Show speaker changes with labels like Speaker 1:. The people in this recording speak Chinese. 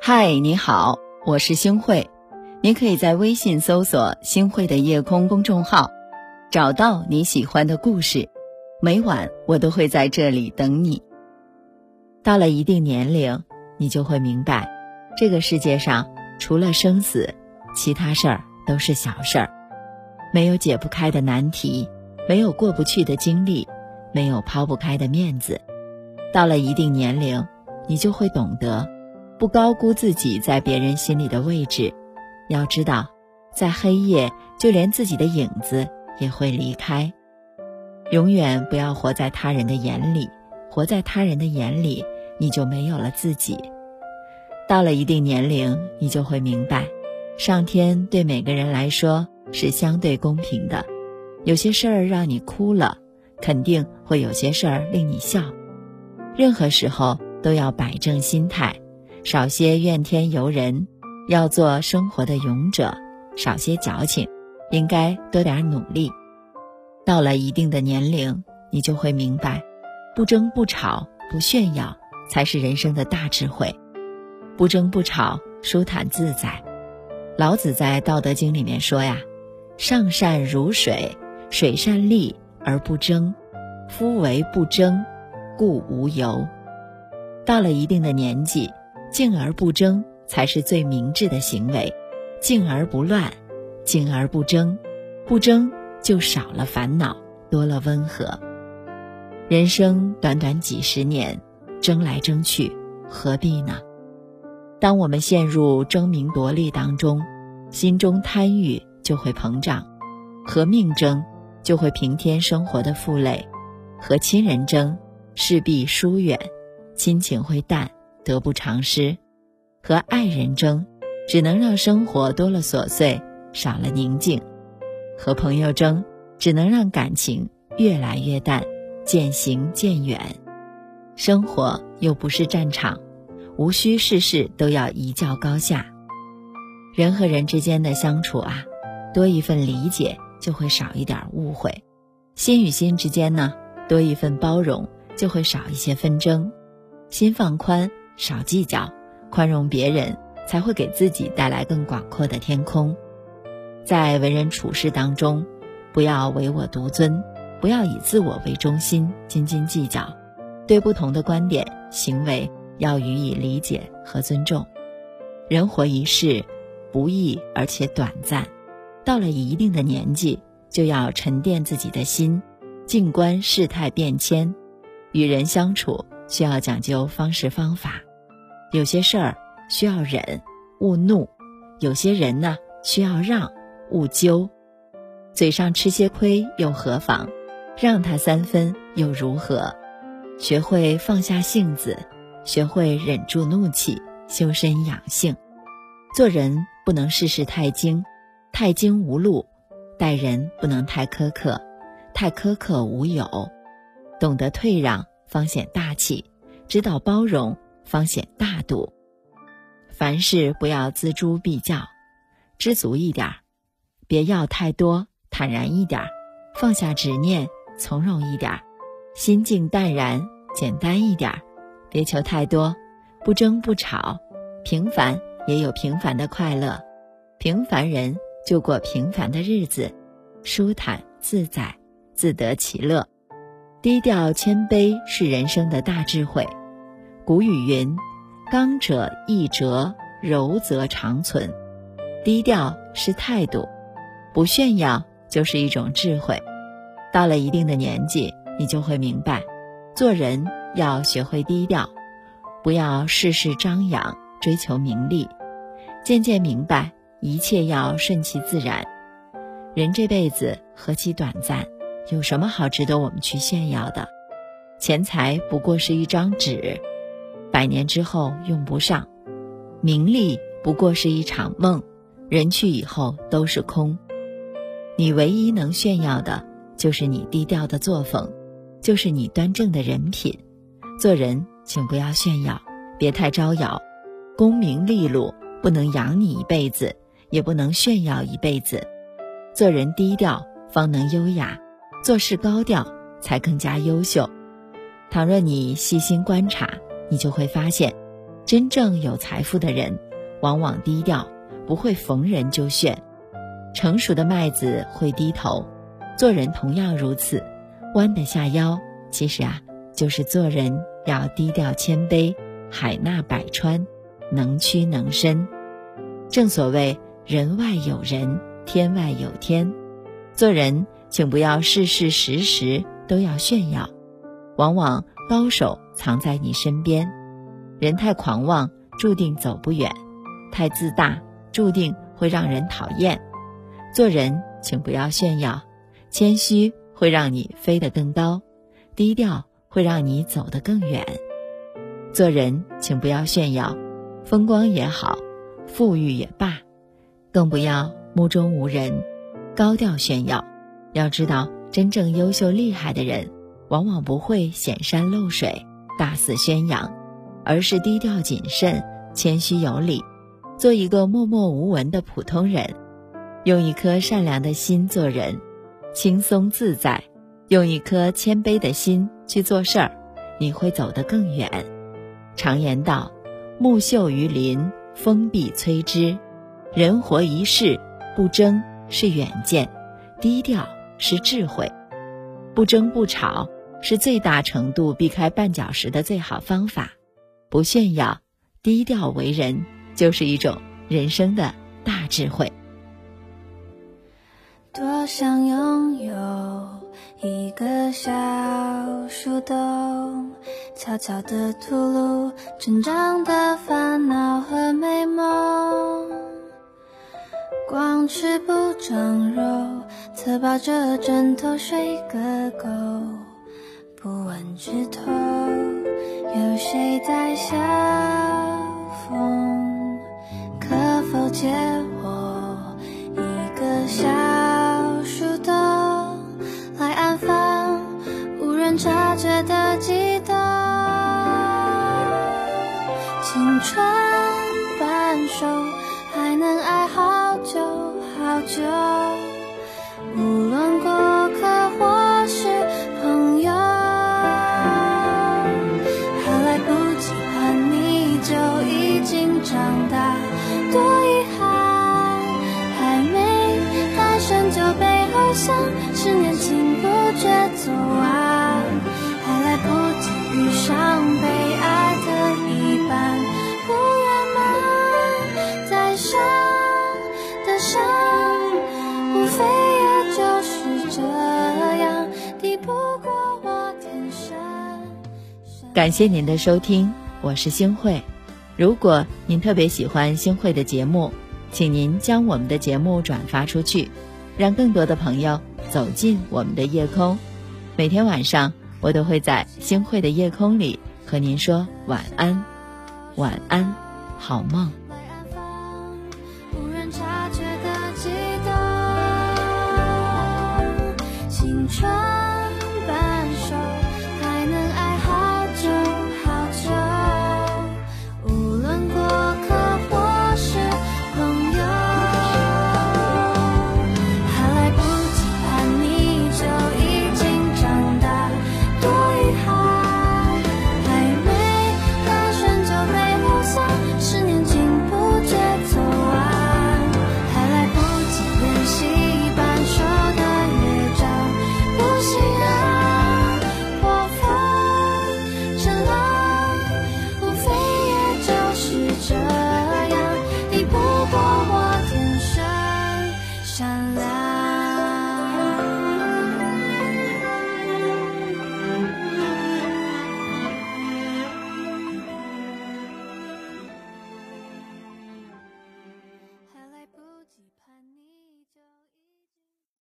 Speaker 1: 嗨，你好，我是星慧。你可以在微信搜索星慧的夜空公众号，找到你喜欢的故事。每晚我都会在这里等你。到了一定年龄，你就会明白，这个世界上除了生死，其他事儿都是小事儿。没有解不开的难题，没有过不去的经历，没有抛不开的面子。到了一定年龄，你就会懂得不高估自己在别人心里的位置。要知道，在黑夜，就连自己的影子也会离开。永远不要活在他人的眼里，活在他人的眼里，你就没有了自己。到了一定年龄，你就会明白，上天对每个人来说是相对公平的。有些事儿让你哭了，肯定会有些事儿令你笑。任何时候都要摆正心态，少些怨天尤人，要做生活的勇者，少些矫情，应该多点努力。到了一定的年龄，你就会明白，不争不吵不炫耀才是人生的大智慧。不争不吵，舒坦自在。老子在《道德经》里面说呀，上善如水，水善利而不争，夫唯不争，故无尤。到了一定的年纪，静而不争才是最明智的行为。静而不乱，静而不争，不争就少了烦恼，多了温和。人生短短几十年，争来争去，何必呢？当我们陷入争名夺利当中，心中贪欲就会膨胀，和命争就会平添生活的负累，和亲人争势必疏远，亲情会淡，得不偿失。和爱人争只能让生活多了琐碎，少了宁静。和朋友争只能让感情越来越淡，渐行渐远。生活又不是战场，无需事事都要一较高下。人和人之间的相处啊，多一份理解就会少一点误会。心与心之间呢，多一份包容就会少一些纷争。心放宽，少计较，宽容别人，才会给自己带来更广阔的天空。在为人处事当中，不要唯我独尊，不要以自我为中心，斤斤计较。对不同的观点、行为要予以理解和尊重。人活一世，不易而且短暂。到了一定的年纪，就要沉淀自己的心，静观事态变迁。与人相处需要讲究方式方法，有些事儿需要忍，勿怒；有些人呢，需要让，勿揪。嘴上吃些亏又何妨？让他3分又如何？学会放下性子，学会忍住怒气，修身养性。做人不能事事太精，太精无路；待人不能太苛刻，太苛刻无有。懂得退让，方显大气；知道包容，方显大度。凡事不要锱铢必较，知足一点，别要太多，坦然一点，放下执念，从容一点，心静淡然，简单一点，别求太多，不争不吵，平凡也有平凡的快乐。平凡人就过平凡的日子，舒坦自在，自得其乐。低调谦卑是人生的大智慧。古语云，刚者易折，柔则长存。低调是态度，不炫耀就是一种智慧。到了一定的年纪，你就会明白，做人要学会低调，不要事事张扬，追求名利。渐渐明白，一切要顺其自然。人这辈子何其短暂，有什么好值得我们去炫耀的？钱财不过是一张纸，100年之后用不上；名利不过是一场梦，人去以后都是空。你唯一能炫耀的，就是你低调的作风，就是你端正的人品。做人请不要炫耀，别太招摇。功名利禄不能养你一辈子，也不能炫耀一辈子。做人低调方能优雅，做事高调才更加优秀。倘若你细心观察，你就会发现， 真正有财富的人往往低调，不会逢人就炫。成熟的麦子会低头，做人同样如此。弯得下腰，其实就是做人要低调谦卑，海纳百川，能屈能伸。正所谓人外有人，天外有天。做人请不要事事时时都要炫耀，往往高手藏在你身边。人太狂妄，注定走不远；太自大，注定会让人讨厌。做人请不要炫耀，谦虚会让你飞得更高，低调会让你走得更远。做人请不要炫耀，风光也好，富裕也罢，更不要目中无人，高调炫耀。要知道，真正优秀厉害的人，往往不会显山露水，大肆宣扬，而是低调谨慎，谦虚有礼，做一个默默无闻的普通人，用一颗善良的心做人，轻松自在，用一颗谦卑的心去做事儿，你会走得更远。常言道，木秀于林，风必摧之。人活一世，不争是远见，低调是智慧。不争不吵是最大程度避开绊脚石的最好方法。不炫耀，低调为人，就是一种人生的大智慧。
Speaker 2: 多想拥有一个小树洞，悄悄地吐露成长的烦恼和美梦。光吃不长肉，侧抱着枕头睡个够。不问枝头有谁在笑风，可否借我一个小来安放无人察觉的悸动。青春半熟，还能爱好久好久。无论过客或是朋友，还来不及叛逆就已经长大，多遗憾，还没诞生就被偶像是年轻不觉走完，还来不及遇上被爱的一半，不圆满再伤的伤，无非也就是这样，抵不过我天生。
Speaker 1: 感谢您的收听，我是星慧。如果您特别喜欢星慧的节目，请您将我们的节目转发出去，让更多的朋友走进我们的夜空。每天晚上我都会在星慧的夜空里和您说晚安，晚安，好梦。
Speaker 2: 无人察觉的悸动，青春